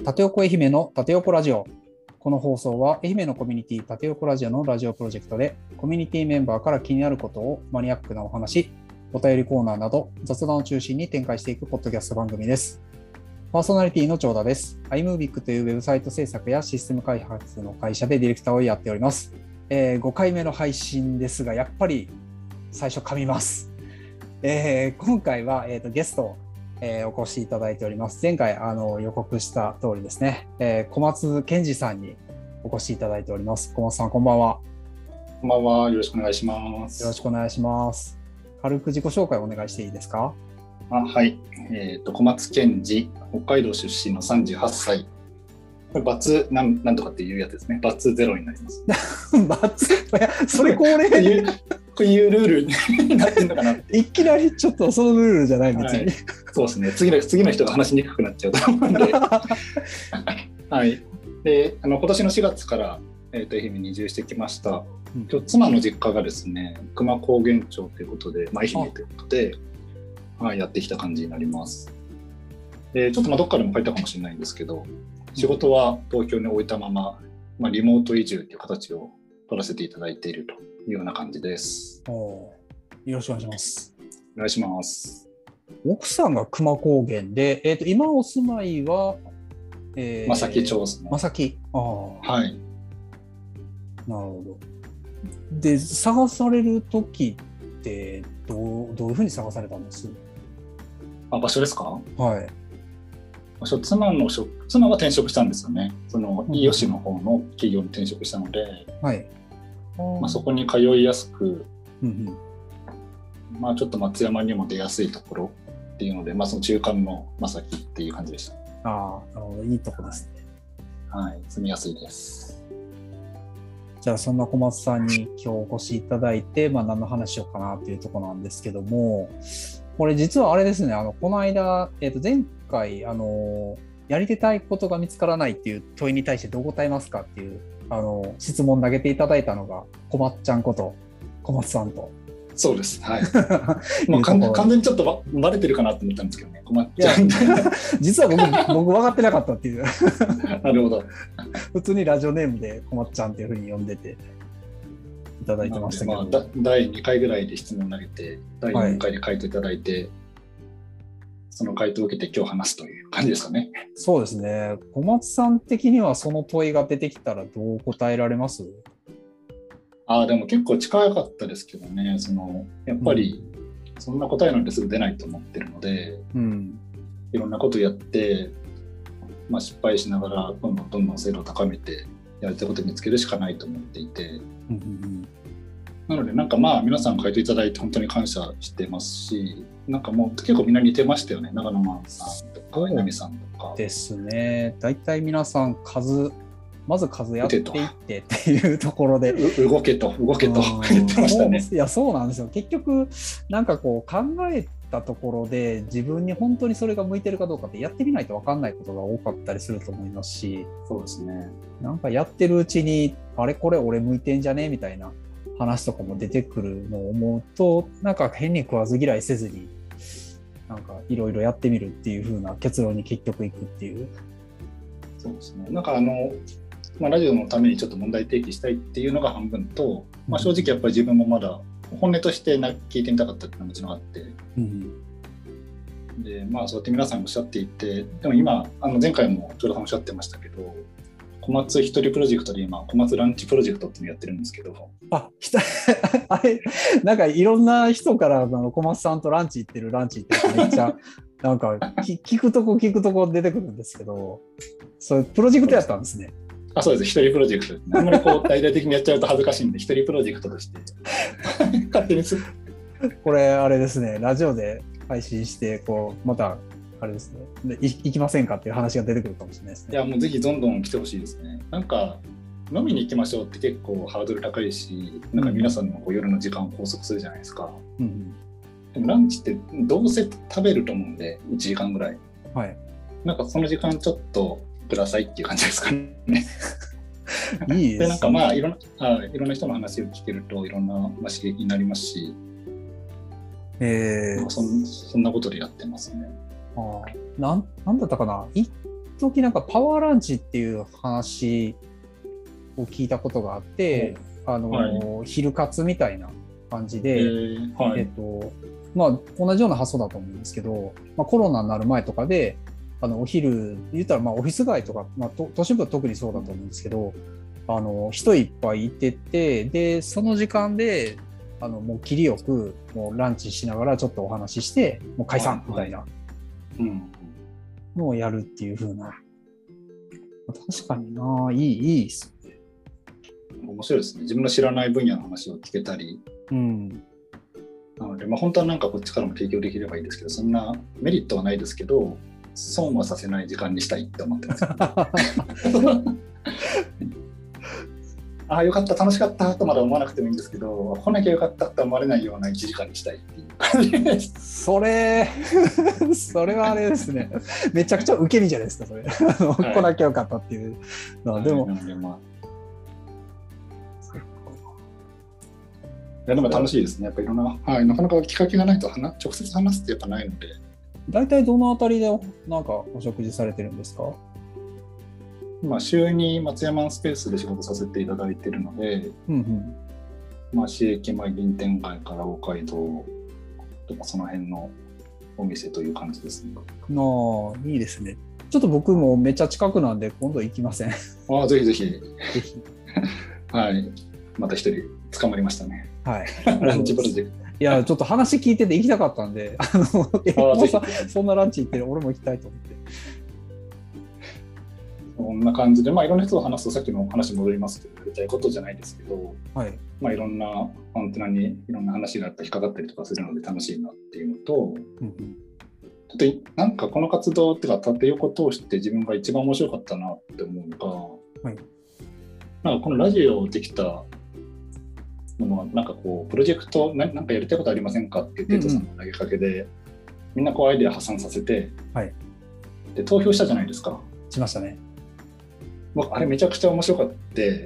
縦横愛媛の縦横ラジオ。この放送は愛媛のコミュニティ縦横ラジオのラジオプロジェクトで、コミュニティメンバーから気になることをマニアックなお話、お便りコーナーなど雑談を中心に展開していくポッドキャスト番組です。パーソナリティの長田です。iMovic というウェブサイト制作やシステム開発の会社でディレクターをやっております。5回目の配信ですが、やっぱり最初噛みます。今回は、ゲストをお越しいただいております。前回予告した通りですね、小松健二さんにお越しいただいております。小松さん、こんばんは。 こんばんは。よろしくお願いします。 よろしくお願いします。軽く自己紹介をお願いしていいですか？ はい。小松健二、北海道出身の38歳。これバツなんとかっていうやつですね。バツゼロになります。 バツ、いや、それ恒例こういうルールになってるのかな。 いきなりちょっとそのルールじゃない、別に。 はい、そうですね。次の人が話しにくくなっちゃうと思うんで。はい。で、今年の4月から、愛媛に移住してきました。今日妻の実家がですね、久間高原町ということで、愛媛ということで、やってきた感じになります。ちょっとどっかでも書いたかもしれないんですけど、仕事は東京に置いたまま、リモート移住という形を取らせていただいているというような感じです。 よろしくお願いします。 お願いします。 奥さんが久間高原で、今お住まいは、 正木町ですね。 正木。 はい。 なるほど。で、探されるときってどういうふうに探されたんです？ 場所ですか？ はい。 場所、妻は転職したんですよね。その伊予市の方の企業に転職したので、 はい。 そこに通いやすく、ちょっと松山にも出やすいところっていうので、その中間の正木っていう感じでした。 なるほど、いいとこですね。 はい、住みやすいです。 じゃあそんな小松さんに今日お越しいただいて、何の話しようかなというところなんですけども、これ実はあれですね、この間、前回やりたいことが見つからないっていう問いに対してどう答えますかっていう質問投げていただいたのが小松ちゃんこと小松さんと。 そうです。はい。もう完全にちょっとバレてるかなと思ったんですけどね。小松ちゃん。 実は僕分かってなかったっていう。 なるほど。 普通にラジオネームで小松ちゃんっていうふうに呼んでていただいてましたけど。 第2回ぐらいで質問投げて、第4回で書いていただいて、その回答を受けて今日話すという感じですかね。 そうですね。小松さん的にはその問いが出てきたらどう答えられます？ でも結構近かったですけどね。やっぱりそんな答えなんてすぐ出ないと思ってるので、いろんなことやって、失敗しながらどんどん精度を高めてやりたいことを見つけるしかないと思っていて、なので皆さん書いていただいて本当に感謝してますし、もう結構みんな似てましたよね。長野マンさんとか稲見さんとかですね。だいたい皆さんまず数やっていってっていうところで動けと言ってましたね。 いや、そうなんですよ。結局考えたところで自分に本当にそれが向いてるかどうかってやってみないと分かんないことが多かったりすると思いますし、 そうですね。 やってるうちにあれこれ俺向いてんじゃねみたいな話とかも出てくるのを思うと、変に食わず嫌いせずにいろいろやってみるっていう風な結論に結局いくっていう。 そうですね。ラジオのためにちょっと問題提起したいっていうのが半分と、正直やっぱり自分もまだ本音として聞いてみたかったっていうのがもちろんあって、でそうやって皆さんおっしゃっていて、でも今前回も長田さんおっしゃってましたけど、小松一人プロジェクトで今小松ランチプロジェクトっていうのをやってるんですけど、あれいろんな人から小松さんとランチ行ってるめっちゃ聞くとこ出てくるんですけど、それプロジェクトやったんですね。 そうです。一人プロジェクト。あんまり大々的にやっちゃうと恥ずかしいんで、一人プロジェクトとして勝手にこれあれですね、ラジオで配信してまたあれですね、行きませんかっていう話が出てくるかもしれないですね。 いや、もうぜひどんどん来てほしいですね。飲みに行きましょうって結構ハードル高いし、皆さんの夜の時間を拘束するじゃないですか。でもランチってどうせ食べると思うんで、1時間ぐらい。 はい。 その時間ちょっとくださいっていう感じですかね。 いいですね。でいろんな人の話を聞けるといろんな刺激になりますし、そんなことでやってますね。 なんだったかな、1 時なんかパワーランチっていう話を聞いたことがあって、昼活みたいな感じで、まあ、同じような発想だと思うんですけど、まあ、コロナになる前とかでお昼言ったらまあオフィス街とか、まあ、都市部は特にそうだと思うんですけど、人いっぱいいてて、でその時間でもう切りよくもうランチしながらちょっとお話ししてもう解散みたいなのをやるっていう風な、確かにいいっすね。 面白いですね。自分の知らない分野の話を聞けたり、なので、まあ、本当はなんかこっちからも提供できればいいですけど、そんなメリットはないですけど、損はさせない時間にしたいって思ってます。ああよかった楽しかったとまだ思わなくてもいいんですけど、来なきゃよかったと思われないような1時間にしたいっていう感じです。 それはあれですね。めちゃくちゃ受け身じゃないですかそれ。来なきゃよかったっていうのは、でも、 いやでも楽しいですね。やっぱりいろんな、なかなかきっかけがないと直接話すってやっぱないので。 大体どのあたりでなんかお食事されてるんですか？ 今週に松山スペースで仕事させていただいているので、まあ、市駅前銀天街から大街道とかその辺のお店という感じですね。 いいですね。ちょっと僕もめっちゃ近くなんで今度行きません？ ぜひぜひ。はい。また一人捕まりましたね。 はい。 ランチプロジェクト。 いやちょっと話聞いてて行きたかったんで、そんなランチ行ってる俺も行きたいと思って。 こんな感じで、まあ、いろんな人と話すとさっきの話戻りますけど、やりたいことじゃないですけど、まあ、いろんなアンテナにいろんな話があったり引っかかったりとかするので楽しいなっていうのと、ちょっとなんかこの活動っていうか縦横通して自分が一番面白かったなって思うのが、なんかこのラジオできたのはなんかこうプロジェクトなんかやりたいことありませんかってテトさんの投げかけで、みんなこうアイデア発散させて、で投票したじゃないですか。 しましたね。 あれめちゃくちゃ面白かった、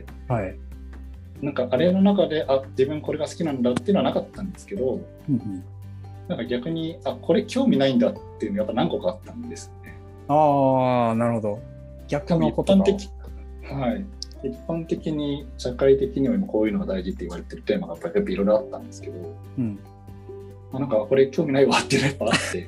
なんかあれの中で自分これが好きなんだっていうのはなかったんですけど、なんか逆にこれ興味ないんだっていうのがやっぱ何個かあったんですね。 なるほど。逆のことが一般的に社会的には今こういうのが大事って言われてるテーマがやっぱりいろいろあったんですけど、なんかこれ興味ないわっていうのがやっぱあって。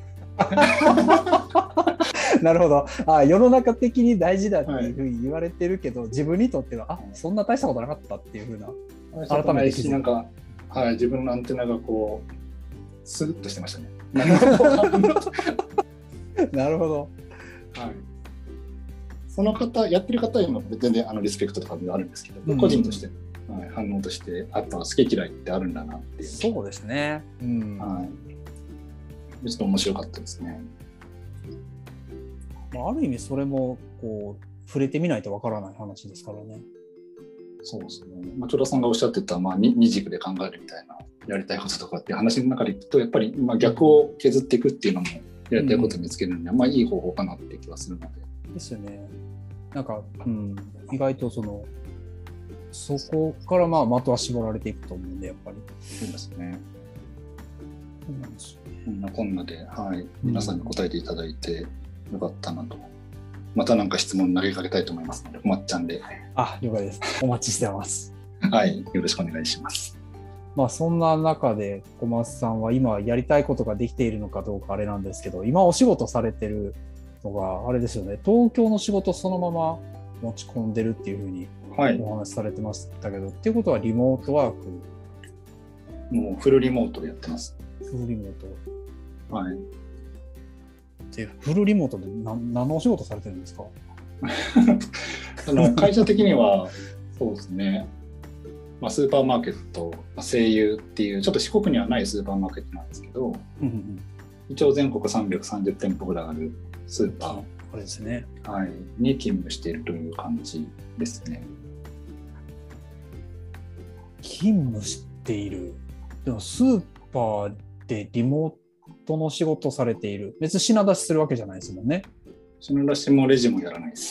なるほど。世の中的に大事だっていうふうに言われてるけど、自分にとってはそんな大したことなかったっていうふうな改めてなんか、自分のアンテナがこうスルッとしてましたね。 なるほど。 その方やってる方にも全然リスペクトとかあるんですけど、個人として、反応としてあとは好き嫌いってあるんだなっていう。 そうですね。 ちょっと面白かったですね。 ある意味それもこう触れてみないとわからない話ですからね。 そうですね。長田さんがおっしゃってた、二軸で考えるみたいなやりたいこととかっていう話の中でいくとやっぱり逆を削っていくっていうのもやりたいことを見つけるのにいい方法かなっていう気がするので。 ですよね。なんか、意外とそこから的は絞られていくと思うんでやっぱり。 そうですね。こんなこんなで、皆さんに答えていただいてよかったなと。また何か質問投げかけたいと思いますので、まっちゃんで。 了解です。お待ちしてます。 よろしくお願いします。 そんな中で小松さんは今やりたいことができているのかどうかあれなんですけど、今お仕事されてるのがあれですよね。東京の仕事そのまま持ち込んでるっていうふうにお話しされてましたけど、っていうことはリモートワーク？ もうフルリモートでやってます。 フルリモート。でフルリモートで何のお仕事されてるんですか？ 会社的にはそうですね、スーパーマーケット、西友っていうちょっと四国にはないスーパーマーケットなんですけど、一応全国330店舗ぐらいあるスーパー、 これですね、 に勤務しているという感じですね。 勤務している。でもスーパーでリモートの仕事されている。別に品出しするわけじゃないですもんね。 品出しもレジもやらないです。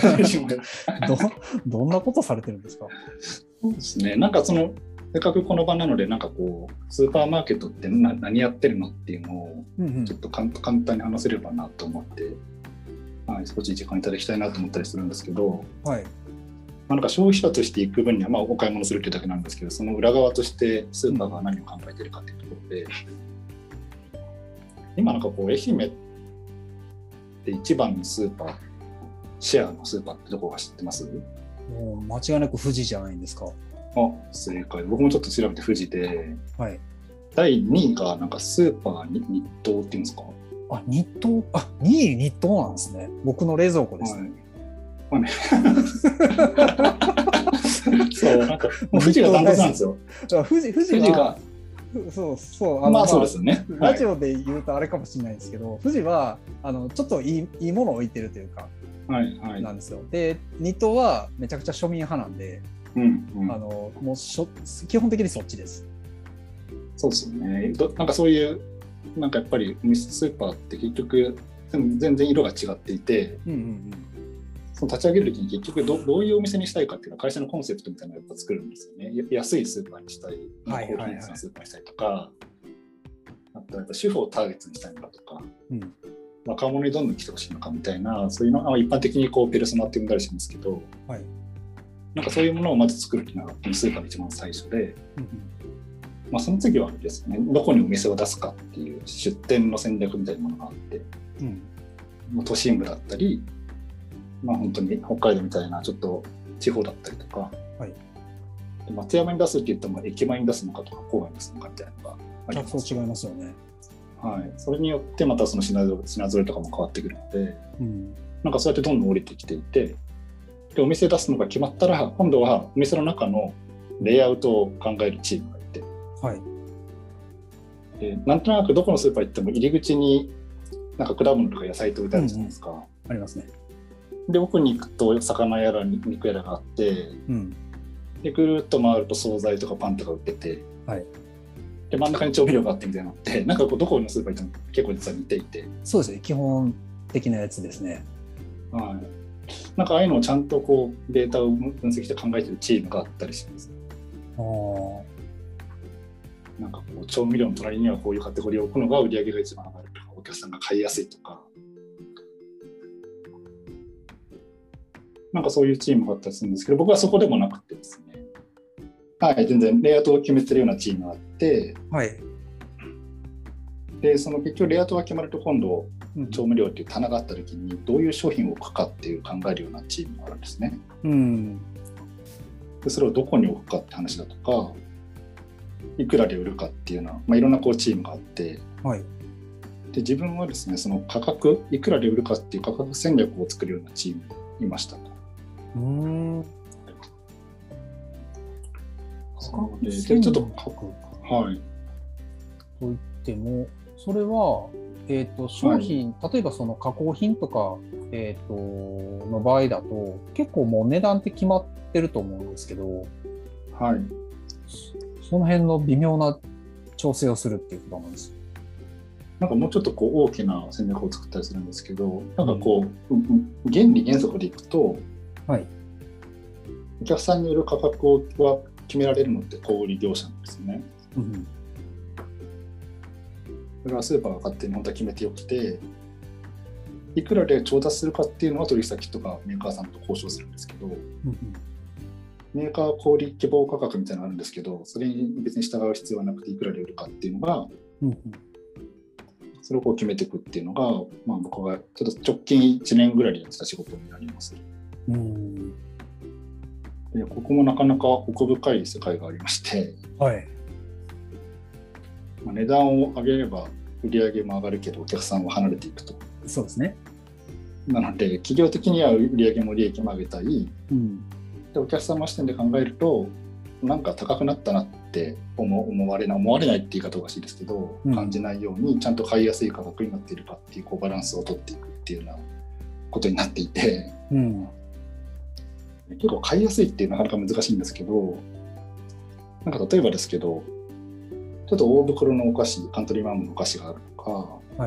どんなことされてるんですか？ そうですね。なんかせっかくこの場なので、なんかこうスーパーマーケットって何やってるのっていうのをちょっと簡単に話せればなと思って、 はい、少し時間いただきたいなと思ったりするんですけど、 はい。 なんか消費者として行く分には、お買い物するというだけなんですけど、その裏側としてスーパーが何を考えているかというところで、今なんか愛媛って一番のスーパー、シェアのスーパーってどこか知ってます？ もう間違いなく富士じゃないんですか。 正解。僕もちょっと調べて富士で、 はい。 第2位がなんかスーパーに日東っていうんですか？ 日東、2位日東なんですね。僕の冷蔵庫ですね。 はい、そう、なんか富士がダントツなんですよ。 富士がそうそうですよね。 ラジオで言うとあれかもしれないですけど、富士はちょっといいものを置いてるというか、なんですよ。で、日東はめちゃくちゃ庶民派なんで、もう基本的にそっちです。 そうですよね。なんかそういうなんかやっぱりスーパーって結局全然色が違っていて、その立ち上げるときに結局どういうお店にしたいかっていうのは会社のコンセプトみたいなのをやっぱ作るんですよね。安いスーパーにしたい、高品質なスーパーにしたいとか、あとやっぱ主婦をターゲットにしたいのかとか、若者にどんどん来てほしいのかみたいな、そういうのは一般的にペルソナって呼んだりしますけど、なんかそういうものをまず作るっていうのがこのスーパーの一番最初で、その次はですね、どこにお店を出すかっていう出店の戦略みたいなものがあって、都心部だったり、本当に北海道みたいなちょっと地方だったりとか、松山に出すって言っても駅前に出すのかとか郊外に出すのかみたいなのがあります。 そう違いますよね。 それによってまたその品揃えとかも変わってくるので、なんかそうやってどんどん降りてきていて、でお店出すのが決まったら今度はお店の中のレイアウトを考えるチームがいて、でなんとなくどこのスーパー行っても入り口になんか果物とか野菜と置いてあるじゃないですか。 ありますね。 で奥に行くと魚やら肉やらがあって、でぐるっと回ると惣菜とかパンとか売ってて、で真ん中に調味料があってみたいなのってなんかどこのスーパー行っても結構実は似ていて、 そうですね、基本的なやつですね。 なんかああいうのをちゃんとデータを分析して考えてるチームがあったりします。なんか調味料の隣にはこういうカテゴリーを置くのが売り上げが一番上がるとか、お客さんが買いやすいとか、なんかそういうチームがあったりするんですけど、僕はそこでもなくてですね、全然レイアウトを決めてるようなチームがあって、でその結局レイアウトが決まると今度調味料っていう棚があった時にどういう商品を置くかっていう考えるようなチームがあるんですね。でそれをどこに置くかって話だとか、いくらで売るかっていうのは、いろんなチームがあって、で自分はですね、その価格、いくらで売るかっていう価格戦略を作るようなチームにいましたと。でちょっとと言っても、それは、商品、例えばその加工品とか、の場合だと結構もう値段って決まってると思うんですけど、その辺の微妙な調整をするっていうことなんです。 なんかもうちょっと大きな戦略を作ったりするんですけど、なんか原理原則でいくと、お客さんによる価格は決められるのって小売業者なんですよね。それはスーパーが勝手に本当は決めてよくて、いくらで調達するかっていうのは取引先とかメーカーさんと交渉するんですけど、メーカー小売希望価格みたいなのがあるんですけど、それに別に従う必要はなくていくらで売るかっていうのが、それを決めていくっていうのが、僕がちょっと直近1年ぐらいでやってた仕事になります。でここもなかなか奥深い世界がありまして、値段を上げれば売り上げも上がるけどお客さんは離れていくと。 そうですね。 なので企業的には売り上げも利益も上げたい、でお客様視点で考えるとなんか高くなったなって思われないって言い方おかしいですけど、感じないようにちゃんと買いやすい価格になっているかっていうバランスを取っていくっていうようなことになっていて、結構買いやすいっていうのはなかなか難しいんですけど、なんか例えばですけど、ちょっと大袋のお菓子、カントリーマアムのお菓子があるとか、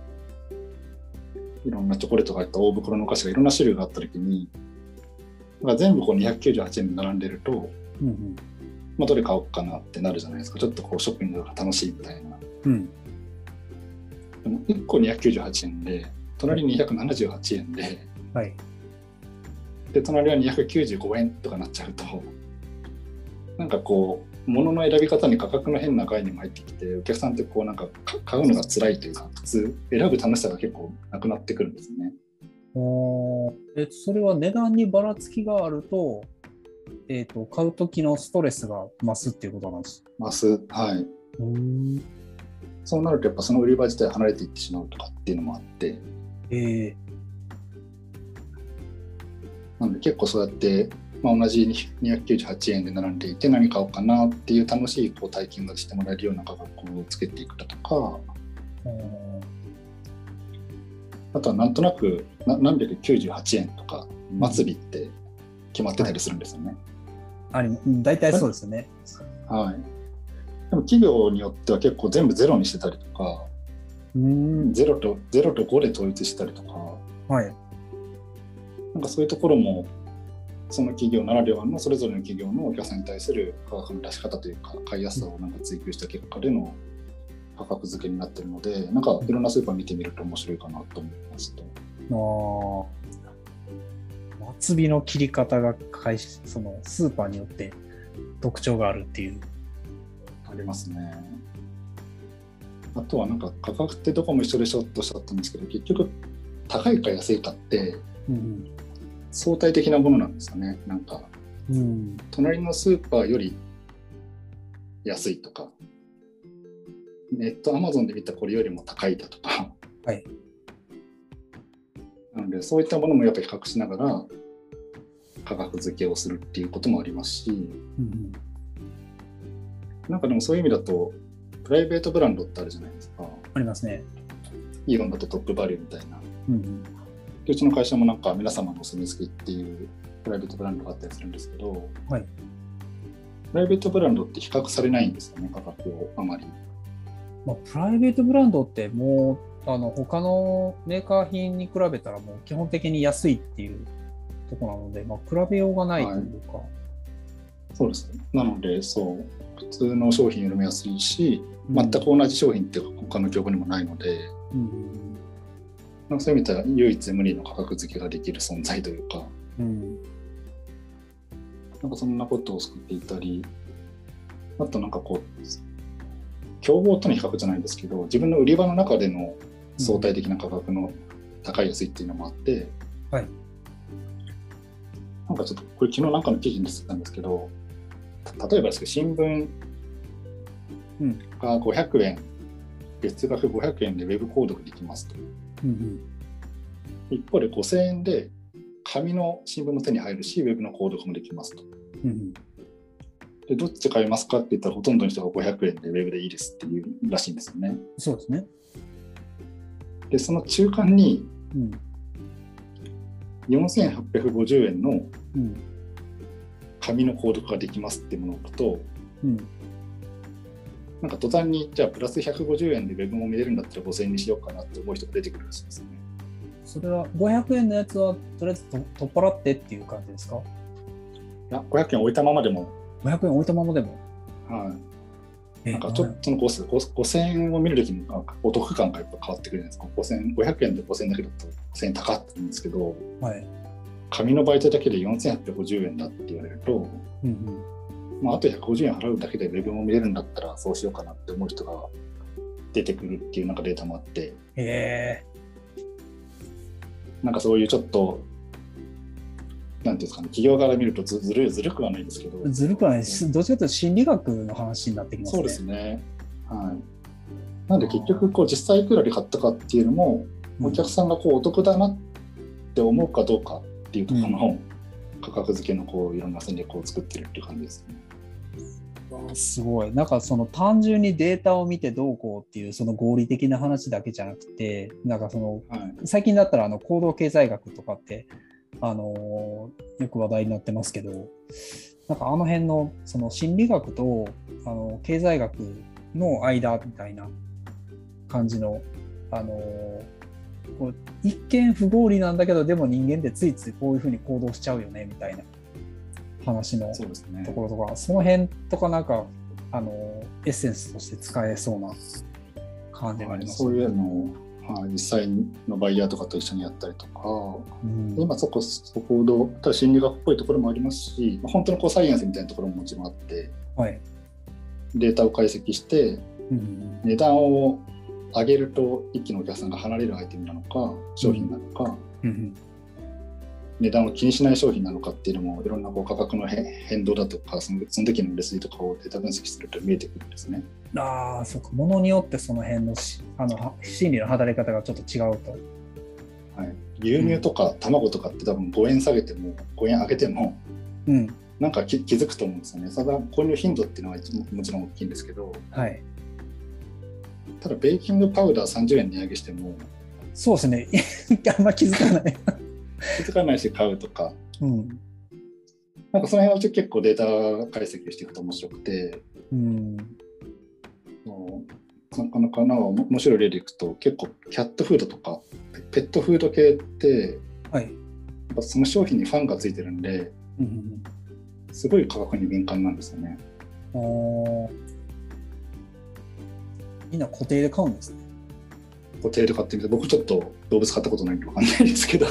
いろんなチョコレートが入った大袋のお菓子がいろんな種類があったときに、全部298円で並んでると、どれ買おうかなってなるじゃないですか。ちょっとショッピングが楽しいみたいな。でも1個298円で隣278円で、 はい。 で、隣は295円とかなっちゃうと、なんかこう、物の選び方に価格の変な概念が入ってきて、お客さんってこうなんか買うのが辛いというか、普通選ぶ楽しさが結構なくなってくるんですね。 それは値段にばらつきがあると、買う時のストレスが増すっていうことなんです。 増す、はい。そうなるとやっぱその売り場自体離れていってしまうとかっていうのもあって、なので結構そうやって、同じ298円で並んでいて何買おうかなっていう楽しいこう体験がしてもらえるような価格をつけていくだとか、あとはなんとなく何百98円とか末日って決まってたりするんですよね。 大体そうですよね。 はい。でも企業によっては結構全部ゼロにしてたりとか、ゼロと5で統一したりとか、 はい。 なんかそういうところもその企業ならではのそれぞれの企業のお客さんに対する価格の出し方というか買いやすさをなんか追求した結果での価格付けになっているので、なんかいろんなスーパー見てみると面白いかなと思いますと。 末尾の切り方がそのスーパーによって特徴があるっていう。 ありますね。あとはなんか価格ってどこも一緒でしょっとおっしゃったんですけど、結局高いか安いかって、相対的なものなんですよね。なんか、隣のスーパーより安いとか、ネットアマゾンで見たこれよりも高いだとか、 はい、 なのでそういったものもやっぱり比較しながら価格付けをするっていうこともありますし、なんかでもそういう意味だとプライベートブランドってあるじゃないですか。 ありますね。 イオンだとトップバリューみたいな。うちの会社もなんか皆様のお墨付きっていうプライベートブランドがあったりするんですけど、 はい、 プライベートブランドって比較されないんですよね、価格をあまり。 プライベートブランドってもう他のメーカー品に比べたらもう基本的に安いっていうところなので、比べようがないというか、 そうですね。なのでそう普通の商品よりも安いし、全く同じ商品って他の競合にもないので、そういう意味では唯一無二の価格付けができる存在というか、なんかそんなことを作っていたり、あとなんかこう競合との比較じゃないんですけど、自分の売り場の中での相対的な価格の高い安いっていうのもあって、なんかちょっとこれ昨日なんかの記事にしてたんですけど、例えばですけど新聞が500円、月額500円でウェブ購読できますと。一方で5000円で紙の新聞も手に入るし、ウェブの購読もできますと。でどっち買いますかって言ったらほとんどの人が500円でウェブでいいですっていうらしいんですよね。 そうですね。 でその中間に、4850円の紙の購読ができますっていうものを置くと、なんか途端にじゃあプラス150円でウェブも見れるんだったら5000円にしようかなって思う人が出てくるらしいですね。 それは500円のやつはとりあえず取っ払ってっていう感じですか？いや500円置いたままでも。 500円置いたままでも。 なんかちょっとの5000円を見るときにお得感がやっぱ変わってくるじゃないですか。500円で5000円だけだと5000円高って言うんですけど、紙の媒体だけで4850円だって言われると、あと150円払うだけでウェブも見れるんだったらそうしようかなって思う人が出てくるっていうなんかデータもあって、なんかそういうちょっとなんていうんですかね、企業から見るとずるくはないんですけど、 ずるくはないです。どっちかというと心理学の話になってきますね。 そうですね。なんで結局こう実際いくらで買ったかっていうのも、お客さんがこうお得だなって思うかどうかっていうところの価格付けのこういろんな戦略を作ってるっていう感じですね。 すごい。なんかその単純にデータを見てどうこうっていうその合理的な話だけじゃなくて、なんかその、最近だったら行動経済学とかってよく話題になってますけど、なんか辺のその心理学と経済学の間みたいな感じのこう一見不合理なんだけど、でも人間ってついついこういうふうに行動しちゃうよねみたいな話のところとか、その辺とかなんかエッセンスとして使えそうな感じがありますね。 そういうのを実際のバイヤーとかと一緒にやったりとか、今そこほどただ心理学っぽいところもありますし、本当のサイエンスみたいなところももちろんあって、データを解析して、値段を上げると一気にお客さんが離れるアイテムなのか商品なのか、値段を気にしない商品なのかっていうのもいろんな価格の変動だとかその時の売れ筋とかをデータ分析すると見えてくるんですね。 そうか、ものによってその辺の心理の働き方がちょっと違うと。 牛乳とか卵とかって多分5円下げても5円上げても、なんか気づくと思うんですよね。ただ購入頻度っていうのはもちろん大きいんですけど、ただベーキングパウダー30円値上げしてもそうですねあんま気づかない気づかないし買うとか、なんかその辺は結構データ解析していくと面白くて、なかなか面白い例でいくと結構キャットフードとかペットフード系って、やっぱその商品にファンがついてるんで、すごい価格に敏感なんですよね。 みんな固定で買うんですね。 固定で買ってみて、僕ちょっと動物買ったことないんで分かんないですけど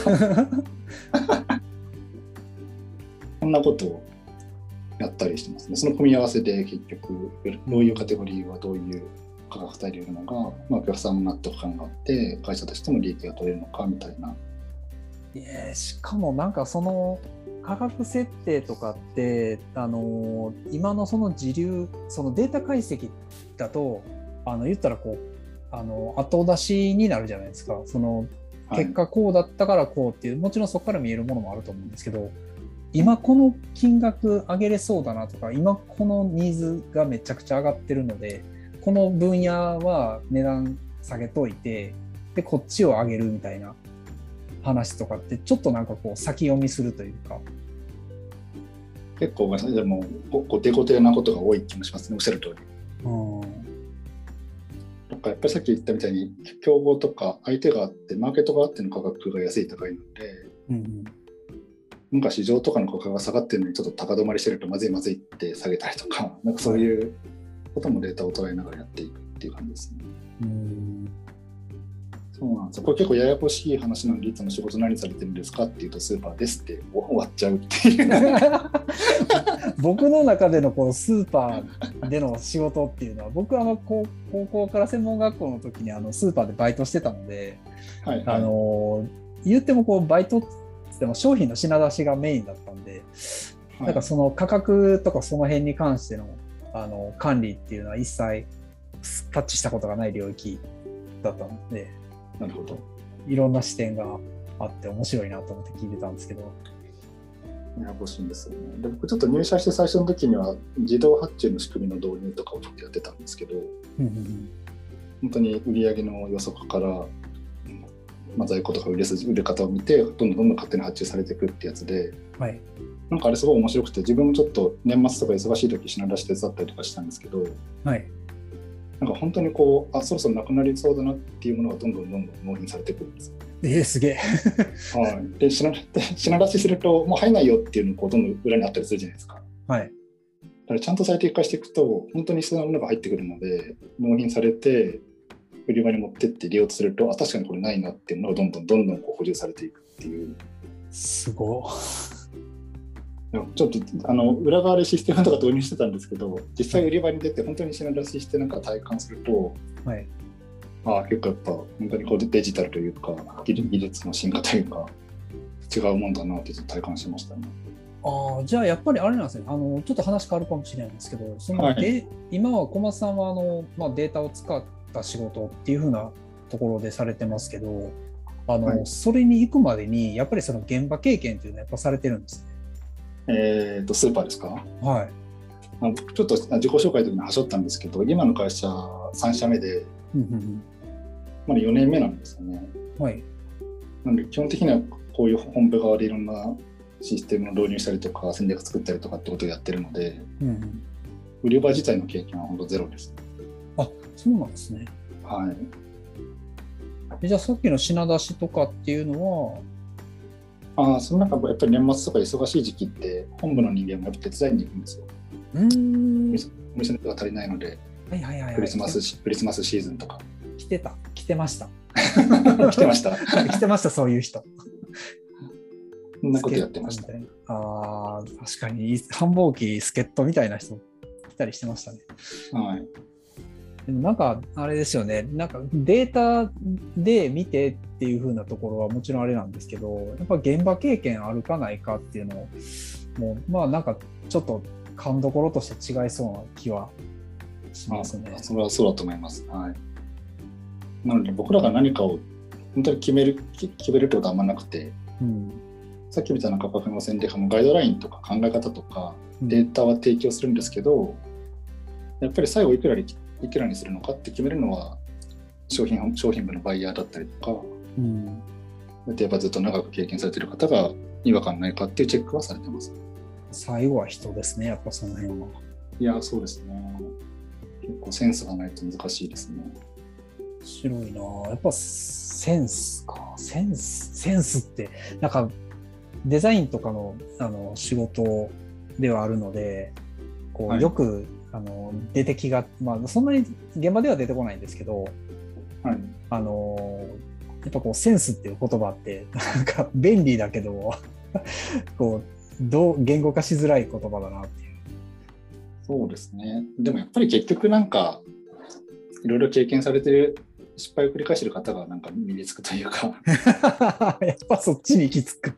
こんなことをやったりしてますね。その組み合わせで結局どういうカテゴリーはどういう価格帯で売るのが、お客さんも納得感があって会社としても利益が取れるのかみたいな。 しかもなんかその価格設定とかって今のその時流そのデータ解析だと言ったら後出しになるじゃないですか。その結果こうだったからこうっていう、もちろんそこから見えるものもあると思うんですけど、今この金額上げれそうだなとか、今このニーズがめちゃくちゃ上がってるのでこの分野は値段下げといてでこっちを上げるみたいな話とかってちょっとなんか先読みするというか、 結構でもデコテなことが多い気もしますね。おっしゃる通り。なんかやっぱりさっき言ったみたいに競合とか相手があってマーケットがあっての価格が安い高いので、なんか市場とかの価格が下がってるのにちょっと高止まりしてるとまずいって下げたりとか、なんかそういうこともデータを捉えながらやっていくっていう感じですね。そうなんですよ。これ結構ややこしい話なので、いつも仕事何されてるんですかっていうとスーパーですって終わっちゃうっていう僕の中でのこのスーパーでの仕事っていうのは、僕は高校から専門学校の時にスーパーでバイトしてたので、言ってもバイトって言っても商品の品出しがメインだったんで、なんかその価格とかその辺に関しての管理っていうのは一切タッチしたことがない領域だったので、 なるほど。 いろんな視点があって面白いなと思って聞いてたんですけど。 ややこしいんですよね。で僕ちょっと入社して最初の時には自動発注の仕組みの導入とかをちょっとやってたんですけど、本当に売上の予測から、在庫とか売れ方を見てどんどん勝手に発注されていくってやつで、なんかあれすごい面白くて、自分もちょっと年末とか忙しい時品出し手伝ったりとかしたんですけど、なんか本当にそろそろなくなりそうだなっていうものがどんどん納品されてくるんですよ。 すげえで品出しするともう入んないよっていうのがどんどん裏にあったりするじゃないですか。だからちゃんと最適化していくと本当に必要なものが入ってくるので、納品されて売り場に持ってって利用すると、確かにこれないなっていうのがどんどん補充されていくっていう。 すごちょっと裏側でシステムとか導入してたんですけど、実際売り場に出て本当に品出ししてなんか体感すると、結構やっぱ本当にデジタルというか技術の進化というか違うもんだなってちょっと体感しましたね。 じゃあやっぱりあれなんですね。ちょっと話変わるかもしれないんですけど、今は小松さんはデータを使った仕事っていう風なところでされてますけど、それに行くまでにやっぱりその現場経験っていうのはやっぱされてるんですね。 スーパーですか？僕ちょっと自己紹介の時にはしょったんですけど、今の会社3社目で、まだ4年目なんですよね。なので基本的にはこういう本部側でいろんなシステムを導入したりとか戦略作ったりとかってことをやってるので、売り場自体の経験は本当ゼロです。 そうなんですね。じゃあさっきの品出しとかっていうのはその中やっぱり年末とか忙しい時期って本部の人間もやっぱ手伝いに行くんですよ。お店の人が足りないので、クリスマスシーズンとか来てました。 来てました。 来てました、そういう人。 そんなことやってました。 ああ、確かに繁忙期助っ人みたいな人来たりしてましたね。 はい。 でもなんかあれですよね、なんかデータで見てっていう風なところはもちろんあれなんですけど、やっぱ現場経験あるかないかっていうのもまあなんかちょっと勘どころとして違いそうな気はしますね。 それはそうだと思います。はい。なので僕らが何かを本当に決めるってことはあんまなくて、さっきみたいな価格の戦略のガイドラインとか考え方とかデータは提供するんですけど、やっぱり最後いくらにするのかって決めるのは商品部のバイヤーだったりとか、例えばずっと長く経験されている方が違和感ないかっていうチェックはされてます。 最後は人ですね、やっぱその辺は。 いや、そうですね。結構センスがないと難しいですね。 面白いな。やっぱセンスか。センスってなんかデザインとかの仕事ではあるので、こうよく出てきが、そんなに現場では出てこないんですけど、やっぱこうセンスっていう言葉ってなんか便利だけどこう言語化しづらい言葉だなっていう。 そうですね。でもやっぱり結局なんかいろいろ経験されてる失敗を繰り返している方がなんか身につくというかやっぱそっちに行き着く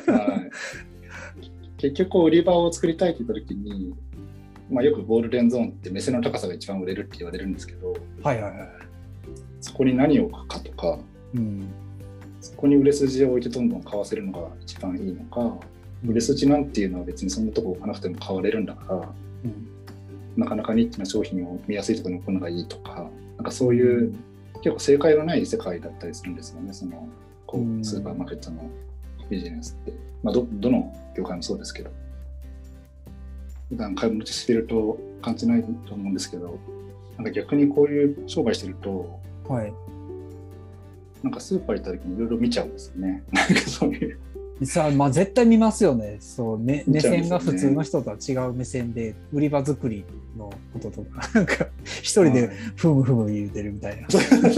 結局売り場を作りたいって言った時に、よくゴールデンゾーンって目線の高さが一番売れるって言われるんですけど、そこに何を置くかとか、そこに売れ筋を置いてどんどん買わせるのが一番いいのか、売れ筋なんていうのは別にそんなとこ置かなくても買われるんだから、なかなかニッチな商品を見やすいところに置くのがいいとか、なんかそういう結構正解のない世界だったりするんですよね、そのスーパーマーケットのビジネスって。どの業界もそうですけど。普段買い物してると感じないと思うんですけど、なんか逆にこういう商売してると、なんかスーパー行った時にいろいろ見ちゃうんですよね。なんかそういう。 絶対見ますよね。目線が普通の人とは違う目線で、売り場作りのこととか、なんか一人でふむふむ言うてるみたいな。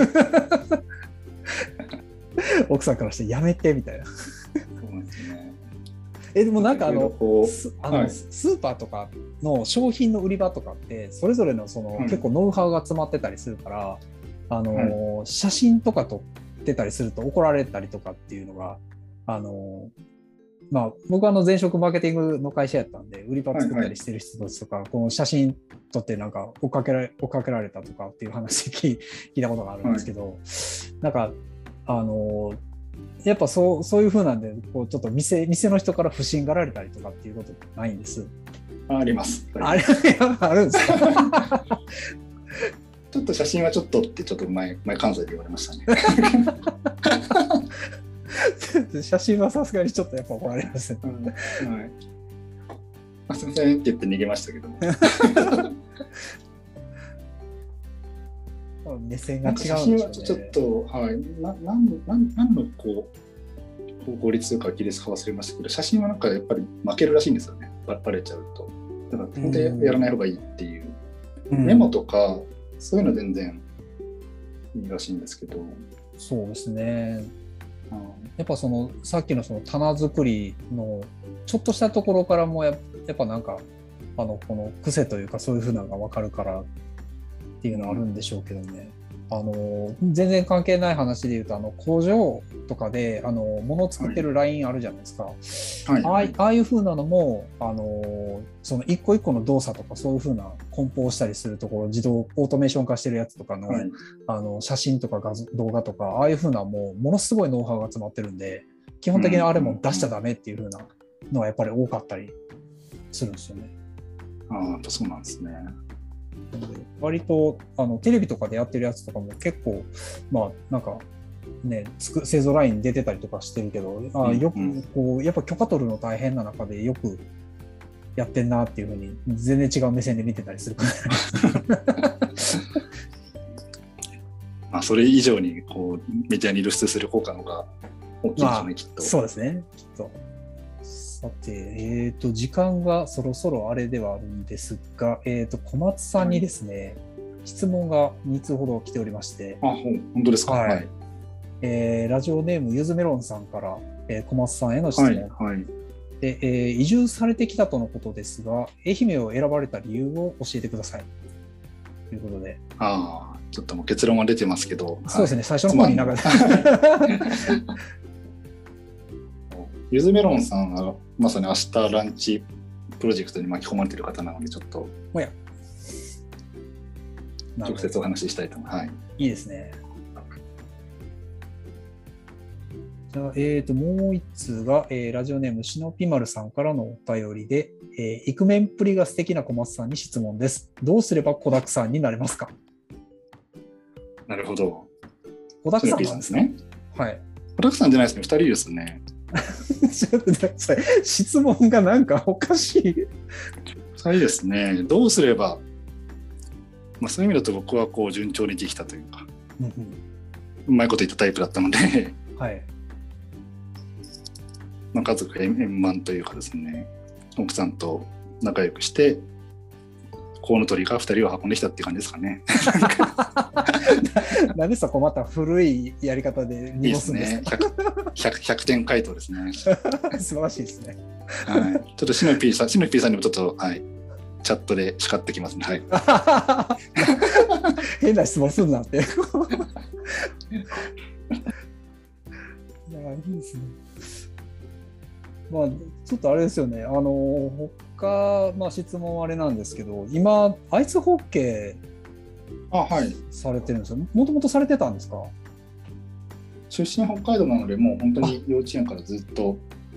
奥さんからしてやめてみたいな。 そうなんですね。 でもなんかスーパーとかの商品の売り場とかってそれぞれの結構ノウハウが詰まってたりするから、写真とか撮ってたりすると怒られたりとかっていうのが僕は前職マーケティングの会社やったんで、売り場作ったりしてる人たちとか、この写真撮ってなんか追っかけられたとかっていう話聞いたことがあるんですけど、なんかやっぱそういう風なんで、こうちょっと店の人から不審がられたりとかっていうことないんです。 あります。 あるんですか？ ちょっと写真はちょっとってちょっと前関西で言われましたね。 写真はさすがにちょっとやっぱ怒られますね。 すみませんって言って逃げましたけども。 目線が違うんでしょうね。 写真はちょっと、何の効率というか技術か忘れましたけど、写真はなんかやっぱり負けるらしいんですよね。バレちゃうと。だから本当にやらない方がいいっていう。メモとかそういうの全然いいらしいんですけど。 そうですね。やっぱさっきの棚作りのちょっとしたところからもやっぱなんかこの癖というかそういう風なのが分かるからっていうのはあるんでしょうけどね。全然関係ない話で言うと工場とかで物を作ってるラインあるじゃないですか。ああいう風なのもその一個一個の動作とかそういう風な梱包したりするところ、自動オートメーション化してるやつとかの、写真とか動画とかああいう風なものすごいノウハウが詰まってるんで、基本的にあれも出しちゃダメっていう風なのはやっぱり多かったりするんですよね。 やっぱそうなんですね。 割とテレビとかでやってるやつとかも結構なんかね製造ライン出てたりとかしてるけど、よくこうやっぱ許可取るの大変な中でよくやってんなっていうふうに全然違う目線で見てたりするそれ以上にこうメディアに露出する効果のが大きいですね、きっと。 そうですね、きっと。さて、時間がそろそろあれではあるんですが、小松さんにですね、質問が2通ほど来ておりまして。 本当ですか。 ラジオネームゆずメロンさんから、小松さんへの質問、 はい。 で、移住されてきたとのことですが、愛媛を選ばれた理由を教えてくださいということで。 ちょっともう結論は出てますけど、 そうですね、最初の方になんかゆずメロンさんはまさに明日ランチプロジェクトに巻き込まれている方なので、ちょっと直接お話ししたいと思います。はい、 いいですね。じゃあ、もう一通が、ラジオネームしのぴまるさんからのお便りで、イクメンっぷりが素敵な小松さんに質問です。どうすれば子だくさんになれますか？ なるほど。 子だくさんなんですね。はい。 子だくさんじゃないですね。2人ですね。 ちょっと待ってください。質問がなんかおかしい。 2人ですね。どうすれば、そういう意味だと僕はこう順調にできたというか、うまいこと言ったタイプだったので、 はい。 家族円満というかですね、奥さんと仲良くしてコウノトリが2人を運んできたっていう感じですかね。 なんでそこまた古いやり方で濁すんですか？いいですね。 100点回答ですね。 素晴らしいですね。 はい。ちょっとシノピーさんにもちょっと、はい、チャットで叱ってきますね。はい。 変な質問すんなって。いや、いいですね。ちょっとあれですよね。他、質問はあれなんですけど、今アイスホッケーされてるんですよ。もともとされてたんですか？ 出身北海道なので、もう本当に幼稚園からずっと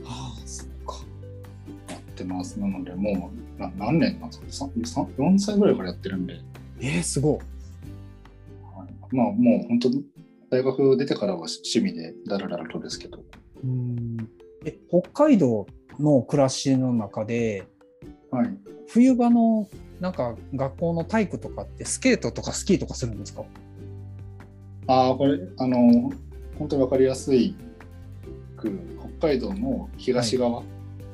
やってます。なので、もう何年なんですか？4歳ぐらいからやってるんで。 すごい。 もう本当に大学出てからは趣味でだらだらとですけど。 北海道の暮らしの中で、 はい、 冬場のなんか学校の体育とかってスケートとかスキーとかするんですか？ これ本当に分かりやすい北海道の東側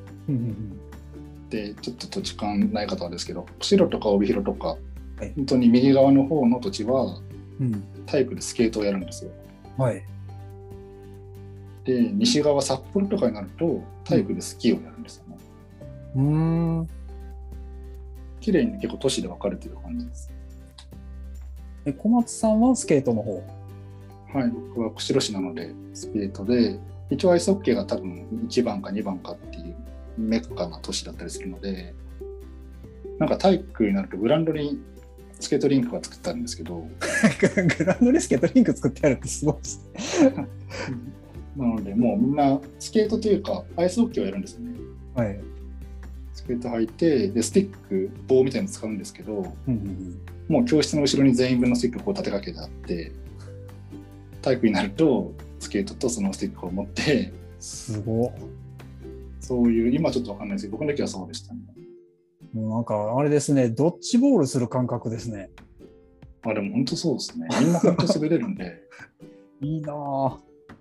で、ちょっと土地勘ない方はですけど、釧路とか帯広とか、本当に右側の方の土地は体育でスケートをやるんですよ。 はい。 で、西側札幌とかになると体育でスキーをやるんですよね。綺麗に結構都市で分かれてる感じです。 小松さんはスケートの方？ はい、僕は釧路市なのでスケートで、一応アイスホッケーが多分1番か2番かっていうメッカな都市だったりするので、なんか体育になるとグラウンドにスケートリンクが作ってあるんですけどグラウンドにスケートリンク作ってあるってすごいですね。 なのでもうみんなスケートというかアイスホッケーをやるんですよね。 はい。 スケート履いて、でスティック棒みたいに使うんですけど、もう教室の後ろに全員分のスティックをこう立てかけてあって、体育になるとスケートとそのスティックを持って、 すごい。 そういう、今ちょっと分かんないですけど、僕の時はそうでしたね。 もうなんかあれですね、ドッジボールする感覚ですね。 でも本当そうですね。みんな本当滑れるんで。 いいなぁ。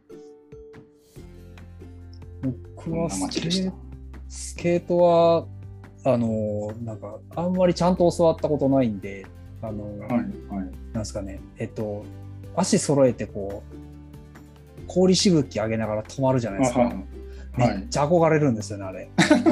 僕はスケートはなんかあんまりちゃんと教わったことないんで、なんですかね、足揃えてこう氷しぶき上げながら止まるじゃないですか。めっちゃ憧れるんですよね、あれ。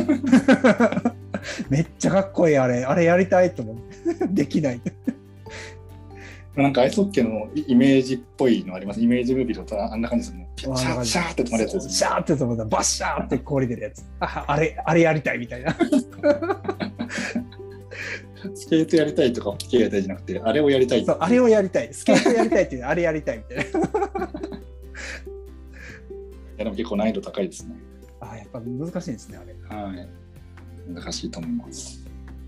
めっちゃかっこいい、あれやりたいと思ってできない。 なんかアイスホッケーのイメージっぽいのあります。イメージムービーとあんな感じですね。シャーって止まるやつですね。シャーって止まる、バッシャーって氷出るやつ。あれやりたいみたいな。 スケートやりたいとかホッケーやりたいじゃなくて、あれをやりたい。 そう、あれをやりたい。スケートやりたいっていう、あれやりたいみたいな。いやでも結構難易度高いですね。 やっぱ難しいですね、あれ。 はい。難しいと思います。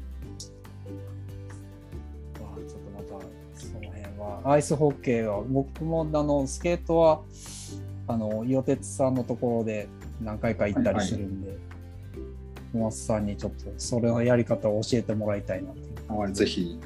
ちょっとまたその辺はアイスホッケーは僕もスケートは伊予鉄さんのところで何回か行ったりするんで、小松さんにちょっとそれのやり方を教えてもらいたいなと。 ぜひ。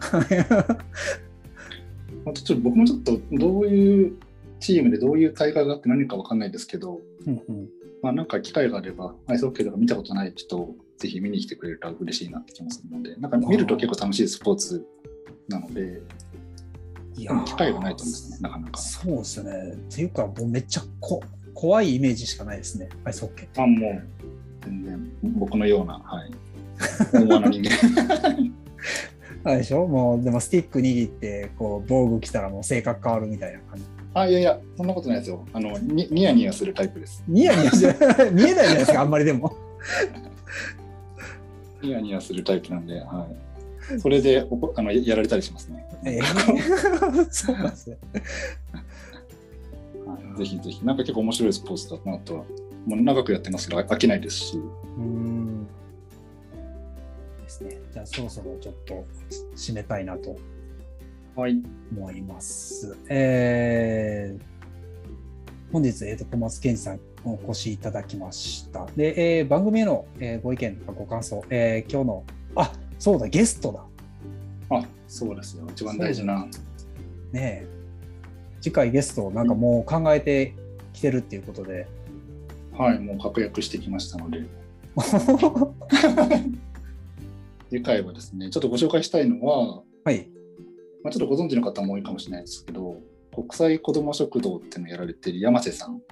僕もちょっとどういうチームでどういう大会があって何か分かんないですけど、なんか機会があればアイスホッケーとか見たことない人をぜひ見に来てくれると嬉しいなってきますので、なんか見ると結構楽しいスポーツなので、 いや機会がないと思うんですね、なかなか。 そうですよね。っていうか、もうめっちゃ怖いイメージしかないですね、アイスホッケー。 もう全然僕のような、はい、大物人間。 あれでしょ、もうでもスティック握ってこう防具着たらもう性格変わるみたいな感じ。 いやいや、そんなことないですよ。ニヤニヤするタイプです。 ニヤニヤして見えないじゃないですか、あんまりでも。 ニヤニヤするタイプなんで、はい、それでやられたりしますね。 そうなんですね。 ぜひぜひ、なんか結構面白いスポーツだなとは、もう長くやってますけど飽きないですし。 ですね。じゃあそろそろちょっと締めたいなと思います。本日、小松健二さんお越しいただきました。で、番組への、ご意見とかご感想、今日のそうだ、ゲストだ。 そうですよ、一番大事な。 ねえ、次回ゲストをなんかもう考えてきてるっていうことで、 はい、もう確約してきましたので。次回はですね、ちょっとご紹介したいのは、 はい、 ちょっとご存知の方も多いかもしれないですけど、国際子ども食堂っていうのをやられている山瀬さん。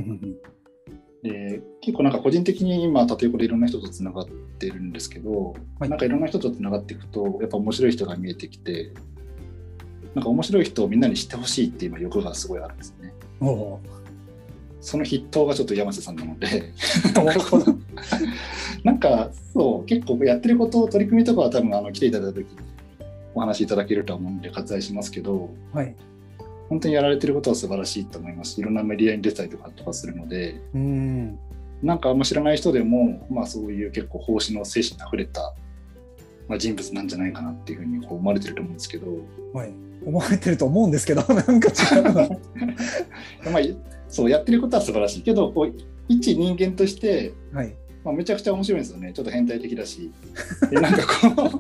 で、結構なんか個人的に今、縦横でいろんな人とつながってるんですけど、なんかいろんな人とつながっていくと、やっぱ面白い人が見えてきて、なんか面白い人をみんなに知ってほしいっていう欲がすごいあるんですね。その筆頭がちょっと山瀬さんなのでなるほど。なんかそう結構やってること取り組みとかは多分来ていただいた時にお話しいただけると思うんで割愛しますけど、本当にやられてることは素晴らしいと思います。いろんなメディアに出たりとかするので、なんかあんま知らない人でも、そういう結構奉仕の精神にあふれた、人物なんじゃないかなっていうふうに思われてると思うんですけど、 思われてると思うんですけど、なんか違うな。 そうやってることは素晴らしいけど、一人間として、めちゃくちゃ面白いんですよね。ちょっと変態的だし、なんか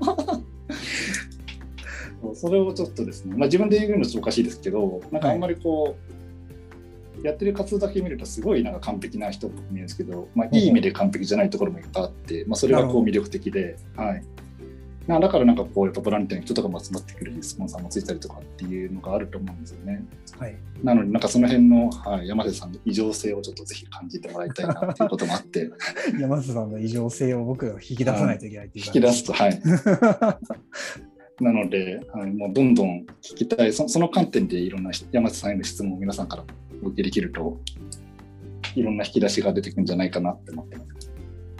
それをちょっとですね、自分で言うのはちょっとおかしいですけど、なんかあんまりやってる活動だけ見るとすごいなんか完璧な人っぽく見えるんですけど、いい意味で完璧じゃないところもいっぱいあって、それが魅力的で、だからなんかやっぱボランティアの人とかも集まってくるスポンサーもついたりとかっていうのがあると思うんですよね。なのでなんかその辺の、山瀬さんの異常性をちょっとぜひ感じてもらいたいなっていうこともあって山瀬さんの異常性を僕が引き出さないといけないっていう引き出すとなので、もうどんどん聞きたい その観点でいろんな山瀬さんへの質問を皆さんからお受けできるといろんな引き出しが出てくるんじゃないかなって思ってます。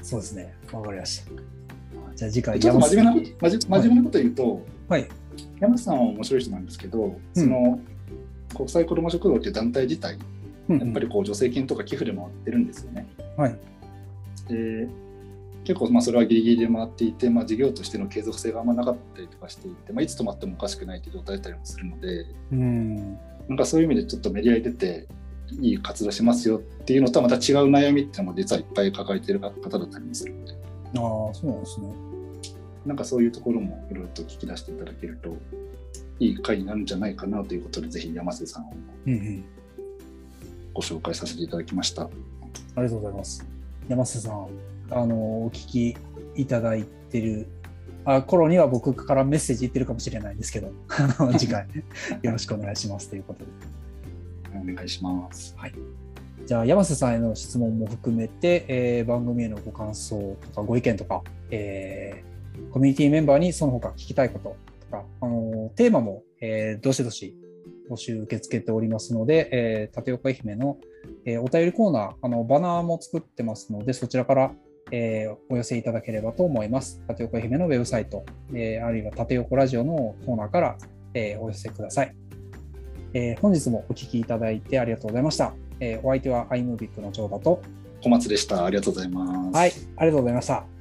そうですね、わかりました。じゃあ次回ちょっと真面目なこと言うと、山瀬さんは面白い人なんですけど、その国際子ども食堂っていう団体自体、やっぱり助成金とか寄付で回ってるんですよね。で結構それはギリギリで回っていて、事業としての継続性があんまなかったりとかしていて、いつ止まってもおかしくないという状態だったりもするので、なんかそういう意味でちょっとメディアに出ていい活動しますよっていうのとはまた違う悩みっていうのも実はいっぱい抱えている方だったりもするので、 そうなんですね。 なんかそういうところもいろいろと聞き出していただけるといい会になるんじゃないかなということで、ぜひ山瀬さんをご紹介させていただきました。 ありがとうございます。山瀬さん、お聞きいただいてる頃には僕からメッセージ言ってるかもしれないんですけど次回よろしくお願いしますということでお願いします。 じゃあ山瀬さんへの質問も含めて、番組へのご感想とかご意見とか、コミュニティメンバーにその他聞きたいこととか、テーマも、どしどし募集受け付けておりますので、縦横愛媛の、お便りコーナー、バナーも作ってますので、そちらから、お寄せいただければと思います。縦横愛媛のウェブサイト、あるいは縦横ラジオのコーナーから、お寄せください。本日もお聞きいただいてありがとうございました。お相手は iMovic の長田と小松でした。ありがとうございます。 ありがとうございました。